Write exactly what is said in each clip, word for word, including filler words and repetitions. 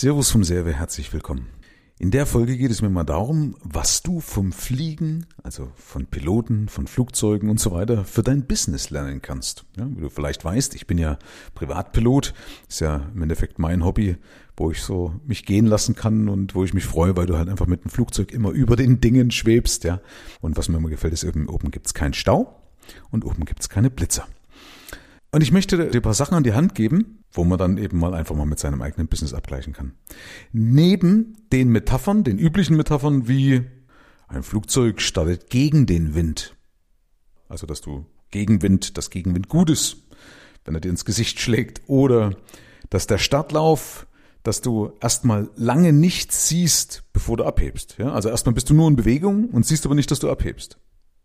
Servus vom Serve, herzlich willkommen. In der Folge geht es mir mal darum, was du vom Fliegen, also von Piloten, von Flugzeugen und so weiter, für dein Business lernen kannst. Ja, wie du vielleicht weißt, ich bin ja Privatpilot, ist ja im Endeffekt mein Hobby, wo ich so mich gehen lassen kann und wo ich mich freue, weil du halt einfach mit dem Flugzeug immer über den Dingen schwebst. Ja. Und was mir immer gefällt, ist eben, oben gibt's keinen Stau und oben gibt's keine Blitzer. Und ich möchte dir ein paar Sachen an die Hand geben, wo man dann eben mal einfach mal mit seinem eigenen Business abgleichen kann. Neben den Metaphern, den üblichen Metaphern wie ein Flugzeug startet gegen den Wind. Also, dass du Gegenwind, dass Gegenwind gut ist, wenn er dir ins Gesicht schlägt. Oder dass der Startlauf, dass du erstmal lange nichts siehst, bevor du abhebst. Ja? Also erstmal bist du nur in Bewegung und siehst aber nicht, dass du abhebst.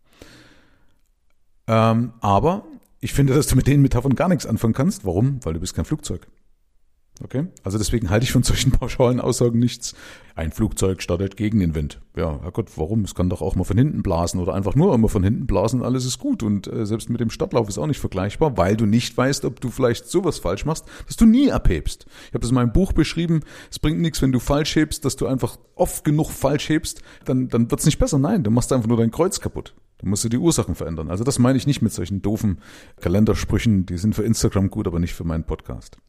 Ähm, aber ich finde, dass du mit den Metaphern gar nichts anfangen kannst. Warum? Weil du bist kein Flugzeug. Okay? Also deswegen halte ich von solchen pauschalen Aussagen nichts. Ein Flugzeug startet gegen den Wind. Ja, Herrgott, warum? Es kann doch auch mal von hinten blasen oder einfach nur immer von hinten blasen, alles ist gut. Und äh, selbst mit dem Startlauf ist auch nicht vergleichbar, weil du nicht weißt, ob du vielleicht sowas falsch machst, dass du nie abhebst. Ich habe das in meinem Buch beschrieben, es bringt nichts, wenn du falsch hebst, dass du einfach oft genug falsch hebst, dann, dann wird's nicht besser. Nein, du machst einfach nur dein Kreuz kaputt. Du musst dir die Ursachen verändern. Also das meine ich nicht mit solchen doofen Kalendersprüchen, die sind für Instagram gut, aber nicht für meinen Podcast.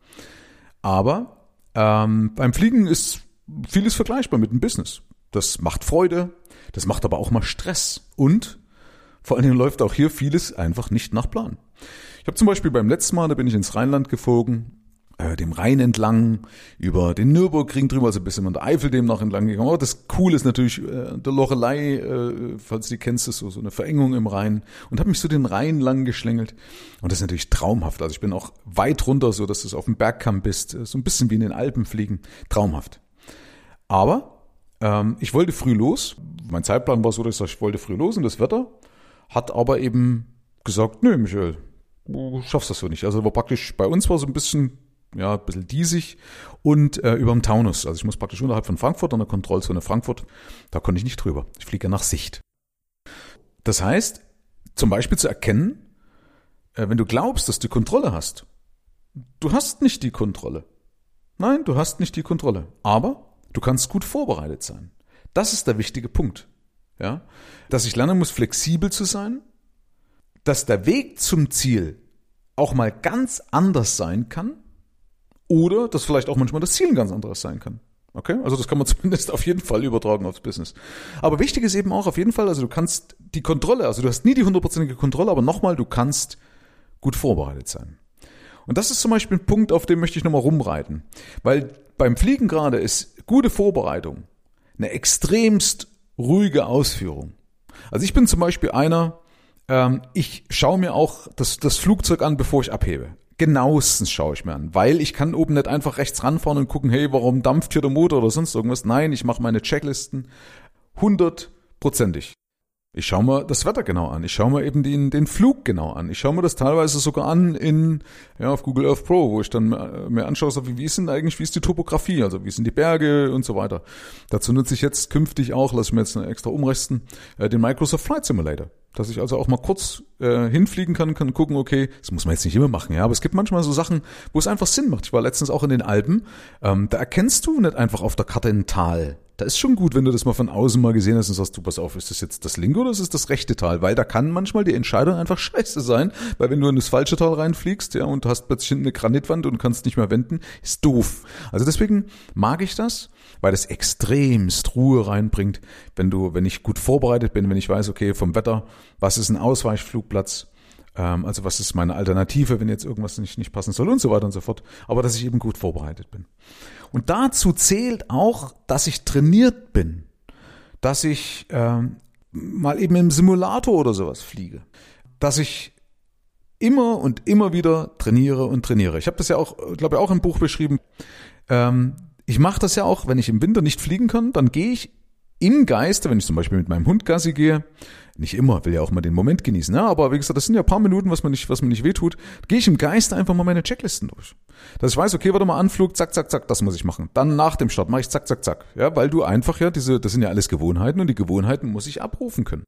Aber ähm, beim Fliegen ist vieles vergleichbar mit dem Business. Das macht Freude, das macht aber auch mal Stress und vor allen Dingen läuft auch hier vieles einfach nicht nach Plan. Ich habe zum Beispiel beim letzten Mal, da bin ich ins Rheinland geflogen, äh, dem Rhein entlang, über den Nürburgring drüber, also ein bisschen an der Eifel demnach entlang gegangen. Aber das Coole ist natürlich äh, der Loreley, äh, falls du die kennst, ist so, so eine Verengung im Rhein und habe mich so den Rhein lang geschlängelt. Und das ist natürlich traumhaft. Also ich bin auch weit runter, so dass du auf dem Bergkamm bist, so ein bisschen wie in den Alpen fliegen. Traumhaft. Aber ähm, ich wollte früh los. Mein Zeitplan war so, dass ich wollte früh los und das Wetter hat aber eben gesagt, nö Michael, du schaffst das so nicht. Also war praktisch, bei uns war so ein bisschen, ja, ein bisschen diesig und äh, über dem Taunus. Also ich muss praktisch unterhalb von Frankfurt, an der Kontrollzone Frankfurt, da konnte ich nicht drüber. Ich fliege ja nach Sicht. Das heißt, zum Beispiel zu erkennen, äh, wenn du glaubst, dass du Kontrolle hast, du hast nicht die Kontrolle. Nein, du hast nicht die Kontrolle. Aber du kannst gut vorbereitet sein. Das ist der wichtige Punkt. Ja? Dass ich lernen muss, flexibel zu sein, dass der Weg zum Ziel auch mal ganz anders sein kann oder dass vielleicht auch manchmal das Ziel ein ganz anderes sein kann. Okay? Also das kann man zumindest auf jeden Fall übertragen aufs Business. Aber wichtig ist eben auch auf jeden Fall, also du kannst die Kontrolle, also du hast nie die hundertprozentige Kontrolle, aber nochmal, du kannst gut vorbereitet sein. Und das ist zum Beispiel ein Punkt, auf dem möchte ich nochmal rumreiten. Weil beim Fliegen gerade ist gute Vorbereitung eine extremst ruhige Ausführung. Also ich bin zum Beispiel einer, ähm, ich schaue mir auch das, das Flugzeug an, bevor ich abhebe. Genauestens schaue ich mir an, weil ich kann oben nicht einfach rechts ranfahren und gucken, hey, warum dampft hier der Motor oder sonst irgendwas. Nein, ich mache meine Checklisten hundertprozentig. Ich schaue mir das Wetter genau an. Ich schaue mir eben den, den Flug genau an. Ich schaue mir das teilweise sogar an in, ja, auf Google Earth Pro, wo ich dann mir anschaue, so wie, wie ist denn eigentlich, wie ist die Topografie, also wie sind die Berge und so weiter. Dazu nutze ich jetzt künftig auch, lasse ich mir jetzt extra umrechnen, den Microsoft Flight Simulator. Dass ich also auch mal kurz äh, hinfliegen kann, kann gucken, okay, das muss man jetzt nicht immer machen, ja, aber es gibt manchmal so Sachen, wo es einfach Sinn macht. Ich war letztens auch in den Alpen, ähm, da erkennst du nicht einfach auf der Karte ein Tal. Da ist schon gut, wenn du das mal von außen mal gesehen hast und sagst, du, pass auf, ist das jetzt das linke oder ist das das rechte Tal? Weil da kann manchmal die Entscheidung einfach scheiße sein, weil wenn du in das falsche Tal reinfliegst, ja, und hast plötzlich hinten eine Granitwand und kannst nicht mehr wenden, ist doof. Also deswegen mag ich das, weil das extremst Ruhe reinbringt, wenn du, wenn ich gut vorbereitet bin, wenn ich weiß, okay, vom Wetter, was ist ein Ausweichflugplatz, ähm, also was ist meine Alternative, wenn jetzt irgendwas nicht, nicht passen soll und so weiter und so fort, aber dass ich eben gut vorbereitet bin. Und dazu zählt auch, dass ich trainiert bin, dass ich ähm, mal eben im Simulator oder sowas fliege, dass ich immer und immer wieder trainiere und trainiere. Ich habe das ja auch, glaube ich, auch im Buch beschrieben. Ähm, ich mache das ja auch, wenn ich im Winter nicht fliegen kann, dann gehe ich im Geiste, wenn ich zum Beispiel mit meinem Hund Gassi gehe, nicht immer, will ja auch mal den Moment genießen, ja, aber wie gesagt, das sind ja ein paar Minuten, was mir nicht, was mir nicht wehtut, gehe ich im Geiste einfach mal meine Checklisten durch. Dass ich weiß, okay, warte mal, Anflug, zack, zack, zack, das muss ich machen. Dann nach dem Start mache ich zack, zack, zack. Ja, weil du einfach ja diese, das sind ja alles Gewohnheiten und die Gewohnheiten muss ich abrufen können.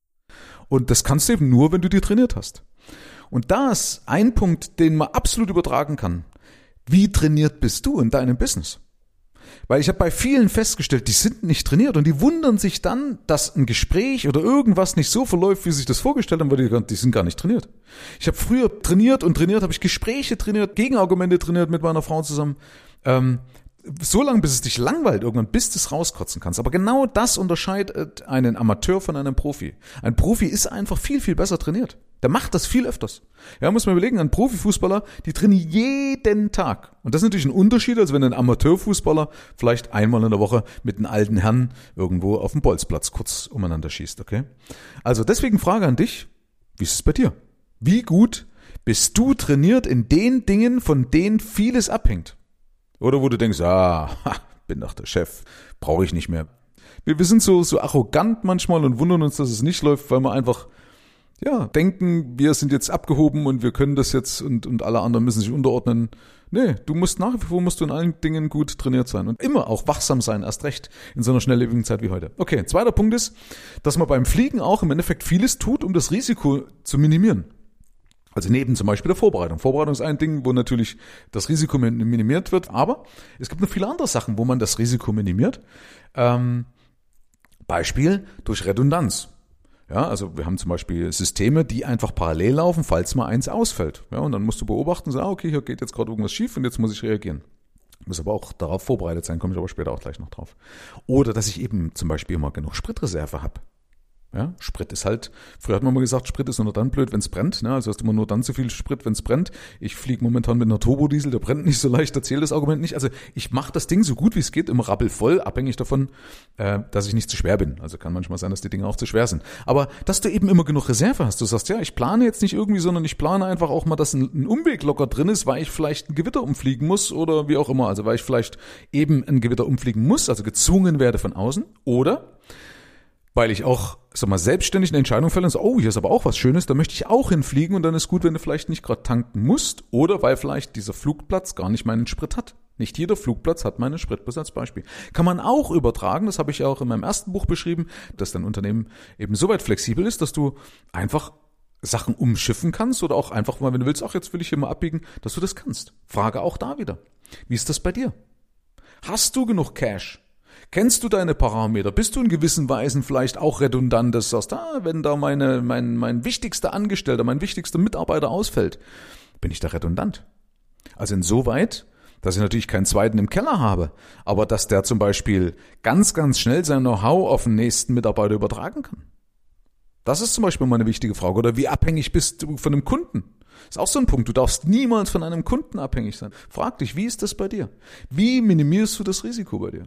Und das kannst du eben nur, wenn du die trainiert hast. Und da ist ein Punkt, den man absolut übertragen kann. Wie trainiert bist du in deinem Business? Weil ich habe bei vielen festgestellt, die sind nicht trainiert und die wundern sich dann, dass ein Gespräch oder irgendwas nicht so verläuft, wie sie sich das vorgestellt haben, weil die, die sind gar nicht trainiert. Ich habe früher trainiert und trainiert, habe ich Gespräche trainiert, Gegenargumente trainiert mit meiner Frau zusammen. Ähm, so lange, bis es dich langweilt, irgendwann, bis du es rauskotzen kannst. Aber genau das unterscheidet einen Amateur von einem Profi. Ein Profi ist einfach viel, viel besser trainiert. Der macht das viel öfters. Ja, muss man überlegen, ein Profifußballer, die trainieren jeden Tag. Und das ist natürlich ein Unterschied, als wenn ein Amateurfußballer vielleicht einmal in der Woche mit einem alten Herrn irgendwo auf dem Bolzplatz kurz umeinander schießt, okay? Also deswegen Frage an dich, wie ist es bei dir? Wie gut bist du trainiert in den Dingen, von denen vieles abhängt? Oder wo du denkst, ah, bin doch der Chef, brauche ich nicht mehr. Wir, wir sind so, so arrogant manchmal und wundern uns, dass es nicht läuft, weil wir einfach ja, denken, wir sind jetzt abgehoben und wir können das jetzt und, und alle anderen müssen sich unterordnen. Nee, du musst nach wie vor musst du in allen Dingen gut trainiert sein und immer auch wachsam sein, erst recht in so einer schnelllebigen Zeit wie heute. Okay, zweiter Punkt ist, dass man beim Fliegen auch im Endeffekt vieles tut, um das Risiko zu minimieren. Also neben zum Beispiel der Vorbereitung. Vorbereitung ist ein Ding, wo natürlich das Risiko minimiert wird, aber es gibt noch viele andere Sachen, wo man das Risiko minimiert. Ähm, Beispiel durch Redundanz. Ja, also wir haben zum Beispiel Systeme, die einfach parallel laufen, falls mal eins ausfällt. Ja, und dann musst du beobachten und sagen, ah, okay, hier geht jetzt gerade irgendwas schief und jetzt muss ich reagieren. Muss aber auch darauf vorbereitet sein, komme ich aber später auch gleich noch drauf. Oder dass ich eben zum Beispiel immer genug Spritreserve habe. Ja, Sprit ist halt, früher hat man mal gesagt, Sprit ist nur dann blöd, wenn es brennt. Ne? Also hast du immer nur dann zu viel Sprit, wenn es brennt. Ich fliege momentan mit einer Turbodiesel, der brennt nicht so leicht, erzähle das Argument nicht. Also ich mache das Ding so gut wie es geht, immer rappelvoll, abhängig davon, äh, dass ich nicht zu schwer bin. Also kann manchmal sein, dass die Dinge auch zu schwer sind. Aber dass du eben immer genug Reserve hast. Du sagst, ja, ich plane jetzt nicht irgendwie, sondern ich plane einfach auch mal, dass ein, ein Umweg locker drin ist, weil ich vielleicht ein Gewitter umfliegen muss oder wie auch immer. Also weil ich vielleicht eben ein Gewitter umfliegen muss, also gezwungen werde von außen. Oder weil ich auch, sag mal, selbstständig eine Entscheidung fälle und so, oh, hier ist aber auch was Schönes, da möchte ich auch hinfliegen und dann ist gut, wenn du vielleicht nicht gerade tanken musst oder weil vielleicht dieser Flugplatz gar nicht meinen Sprit hat. Nicht jeder Flugplatz hat meinen Sprit, bloß als Beispiel. Kann man auch übertragen, das habe ich ja auch in meinem ersten Buch beschrieben, dass dein Unternehmen eben so weit flexibel ist, dass du einfach Sachen umschiffen kannst oder auch einfach mal, wenn du willst, ach, jetzt will ich hier mal abbiegen, dass du das kannst. Frage auch da wieder. Wie ist das bei dir? Hast du genug Cash? Kennst du deine Parameter? Bist du in gewissen Weisen vielleicht auch redundant, dass du sagst, ah, wenn da meine, mein, mein wichtigster Angestellter, mein wichtigster Mitarbeiter ausfällt, bin ich da redundant? Also insoweit, dass ich natürlich keinen zweiten im Keller habe, aber dass der zum Beispiel ganz, ganz schnell sein Know-how auf den nächsten Mitarbeiter übertragen kann. Das ist zum Beispiel mal eine wichtige Frage. Oder wie abhängig bist du von einem Kunden? Ist auch so ein Punkt. Du darfst niemals von einem Kunden abhängig sein. Frag dich, wie ist das bei dir? Wie minimierst du das Risiko bei dir?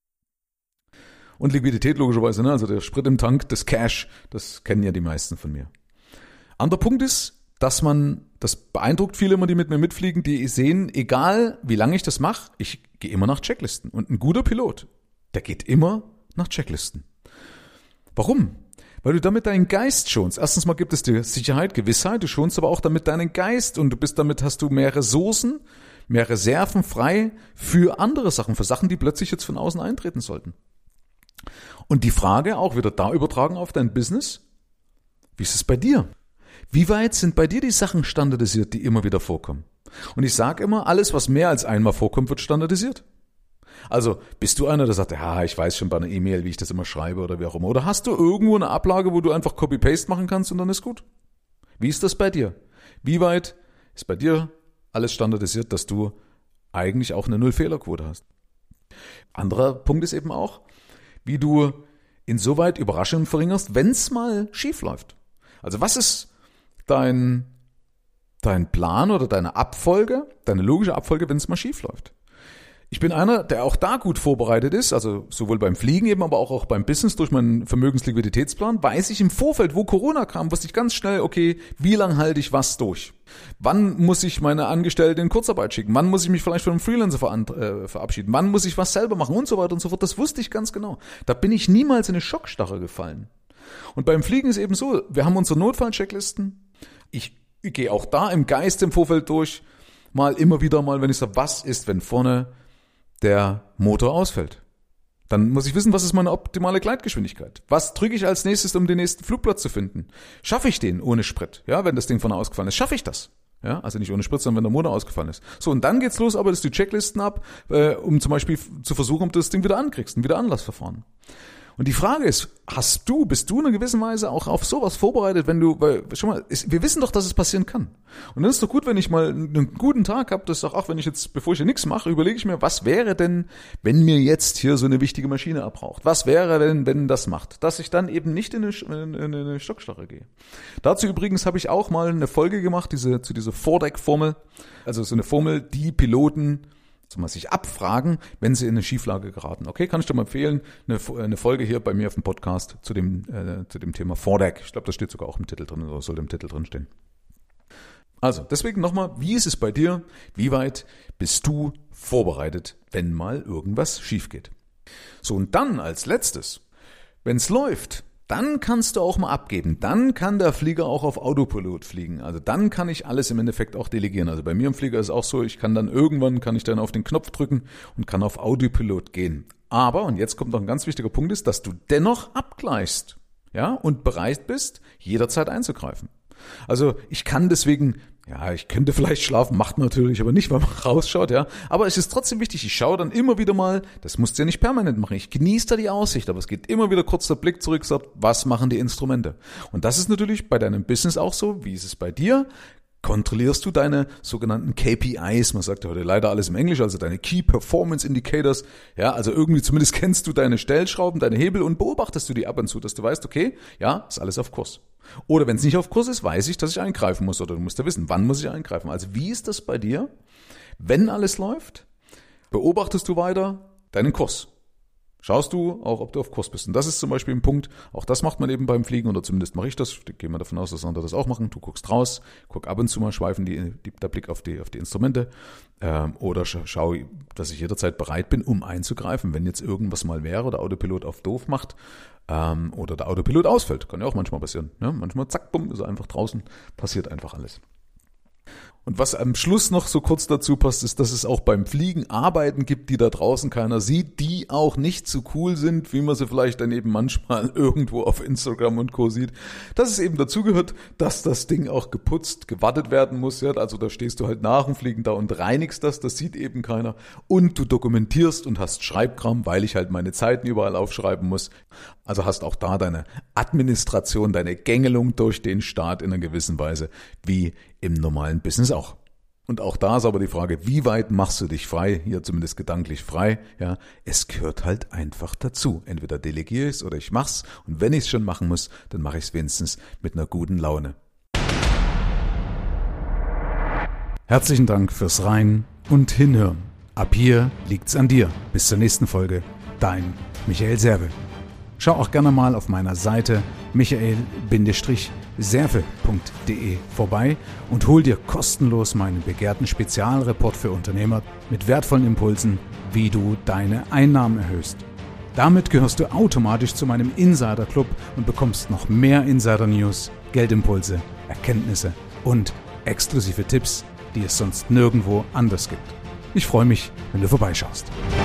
Und Liquidität logischerweise, ne? Also der Sprit im Tank, das Cash, das kennen ja die meisten von mir. Anderer Punkt ist, dass man, das beeindruckt viele immer, die mit mir mitfliegen, die sehen, egal wie lange ich das mache, ich gehe immer nach Checklisten. Und ein guter Pilot, der geht immer nach Checklisten. Warum? Weil du damit deinen Geist schonst. Erstens mal gibt es dir Sicherheit, Gewissheit, du schonst aber auch damit deinen Geist und du bist damit, hast du mehr Ressourcen, mehr Reserven frei für andere Sachen, für Sachen, die plötzlich jetzt von außen eintreten sollten. Und die Frage auch wieder da übertragen auf dein Business, wie ist es bei dir? Wie weit sind bei dir die Sachen standardisiert, die immer wieder vorkommen? Und ich sage immer, alles, was mehr als einmal vorkommt, wird standardisiert. Also bist du einer, der sagt, ja, ich weiß schon bei einer E-Mail, wie ich das immer schreibe oder wie auch immer. Oder hast du irgendwo eine Ablage, wo du einfach Copy-Paste machen kannst und dann ist gut? Wie ist das bei dir? Wie weit ist bei dir alles standardisiert, dass du eigentlich auch eine Null-Fehler-Quote hast? Anderer Punkt ist eben auch, wie du insoweit Überraschungen verringerst, wenn es mal schief läuft. Also was ist dein, dein Plan oder deine Abfolge, deine logische Abfolge, wenn es mal schief läuft? Ich bin einer, der auch da gut vorbereitet ist, also sowohl beim Fliegen eben, aber auch, auch beim Business durch meinen Vermögensliquiditätsplan, weiß ich im Vorfeld, wo Corona kam, wusste ich ganz schnell, okay, wie lange halte ich was durch? Wann muss ich meine Angestellten in Kurzarbeit schicken? Wann muss ich mich vielleicht von einem Freelancer ver- äh, verabschieden? Wann muss ich was selber machen? Und so weiter und so fort. Das wusste ich ganz genau. Da bin ich niemals in eine Schockstarre gefallen. Und beim Fliegen ist eben so, wir haben unsere Notfallchecklisten. Ich, ich gehe auch da im Geist im Vorfeld durch, mal immer wieder mal, wenn ich sage, was ist, wenn vorne der Motor ausfällt? Dann muss ich wissen, was ist meine optimale Gleitgeschwindigkeit? Was drücke ich als nächstes, um den nächsten Flugplatz zu finden? Schaffe ich den ohne Sprit? Ja, wenn das Ding vorne ausgefallen ist, schaffe ich das? Ja, also nicht ohne Spritze, sondern wenn der Motor ausgefallen ist. So, und dann geht's los, arbeitest du die Checklisten ab, äh, um zum Beispiel zu versuchen, ob du das Ding wieder ankriegst, ein Wiederanlassverfahren. Und die Frage ist, hast du, bist du in einer gewissen Weise auch auf sowas vorbereitet, wenn du, weil, schau mal, ist, wir wissen doch, dass es passieren kann. Und dann ist doch gut, wenn ich mal einen guten Tag habe, dass ich sage, ach, wenn ich jetzt, bevor ich hier nichts mache, überlege ich mir, was wäre denn, wenn mir jetzt hier so eine wichtige Maschine abbraucht? Was wäre denn, wenn das macht? Dass ich dann eben nicht in eine, in eine Stockstarre gehe. Dazu übrigens habe ich auch mal eine Folge gemacht, diese, zu dieser Foredeck-Formel. Also so eine Formel, die Piloten mal sich abfragen, wenn sie in eine Schieflage geraten. Okay, kann ich dir mal empfehlen, eine, eine Folge hier bei mir auf dem Podcast zu dem, äh, zu dem Thema Foredeck. Ich glaube, das steht sogar auch im Titel drin oder soll im Titel drin stehen. Also, deswegen nochmal, wie ist es bei dir? Wie weit bist du vorbereitet, wenn mal irgendwas schief geht? So, und dann als letztes, wenn es läuft, dann kannst du auch mal abgeben. Dann kann der Flieger auch auf Autopilot fliegen. Also dann kann ich alles im Endeffekt auch delegieren. Also bei mir im Flieger ist es auch so, ich kann dann irgendwann, kann ich dann auf den Knopf drücken und kann auf Autopilot gehen. Aber, und jetzt kommt noch ein ganz wichtiger Punkt, ist, dass du dennoch abgleichst, ja, und bereit bist, jederzeit einzugreifen. Also ich kann deswegen, ja, ich könnte vielleicht schlafen, macht man natürlich aber nicht, weil man rausschaut, ja. Aber es ist trotzdem wichtig, ich schaue dann immer wieder mal, das musst du ja nicht permanent machen, ich genieße da die Aussicht, aber es geht immer wieder kurz der Blick zurück, sagt, was machen die Instrumente? Und das ist natürlich bei deinem Business auch so, wie ist es bei dir? Kontrollierst du deine sogenannten K P Is, man sagt ja heute leider alles im Englisch, also deine Key Performance Indicators, ja, also irgendwie zumindest kennst du deine Stellschrauben, deine Hebel und beobachtest du die ab und zu, dass du weißt, okay, ja, ist alles auf Kurs. Oder wenn es nicht auf Kurs ist, weiß ich, dass ich eingreifen muss, oder du musst ja wissen, wann muss ich eingreifen. Also wie ist das bei dir? Wenn alles läuft, beobachtest du weiter deinen Kurs. Schaust du auch, ob du auf Kurs bist. Und das ist zum Beispiel ein Punkt, auch das macht man eben beim Fliegen, oder zumindest mache ich das. Ich gehe mal davon aus, dass andere das auch machen. Du guckst raus, guck ab und zu mal, schweifen die, die, der Blick auf die, auf die Instrumente, ähm, oder scha- schau, dass ich jederzeit bereit bin, um einzugreifen, wenn jetzt irgendwas mal wäre, der Autopilot auf doof macht, ähm, oder der Autopilot ausfällt. Kann ja auch manchmal passieren. Ne? Manchmal zack, bumm, ist er einfach draußen, passiert einfach alles. Und was am Schluss noch so kurz dazu passt, ist, dass es auch beim Fliegen Arbeiten gibt, die da draußen keiner sieht, die auch nicht so cool sind, wie man sie vielleicht dann eben manchmal irgendwo auf Instagram und Co. sieht. Dass es eben dazugehört, dass das Ding auch geputzt, gewartet werden muss. Ja? Also da stehst du halt nach dem Fliegen da und reinigst das, das sieht eben keiner. Und du dokumentierst und hast Schreibkram, weil ich halt meine Zeiten überall aufschreiben muss. Also hast auch da deine Administration, deine Gängelung durch den Staat in einer gewissen Weise, wie im normalen Business auch. Und auch da ist aber die Frage, wie weit machst du dich frei, hier zumindest gedanklich frei, ja, es gehört halt einfach dazu. Entweder delegiere ich es oder ich mach's, und wenn ich es schon machen muss, dann mache ich es wenigstens mit einer guten Laune. Herzlichen Dank fürs Rein und Hinhören. Ab hier liegt's an dir. Bis zur nächsten Folge. Dein Michael Serve. Schau auch gerne mal auf meiner Seite michael serve punkt de vorbei und hol dir kostenlos meinen begehrten Spezialreport für Unternehmer mit wertvollen Impulsen, wie du deine Einnahmen erhöhst. Damit gehörst du automatisch zu meinem Insider-Club und bekommst noch mehr Insider-News, Geldimpulse, Erkenntnisse und exklusive Tipps, die es sonst nirgendwo anders gibt. Ich freue mich, wenn du vorbeischaust.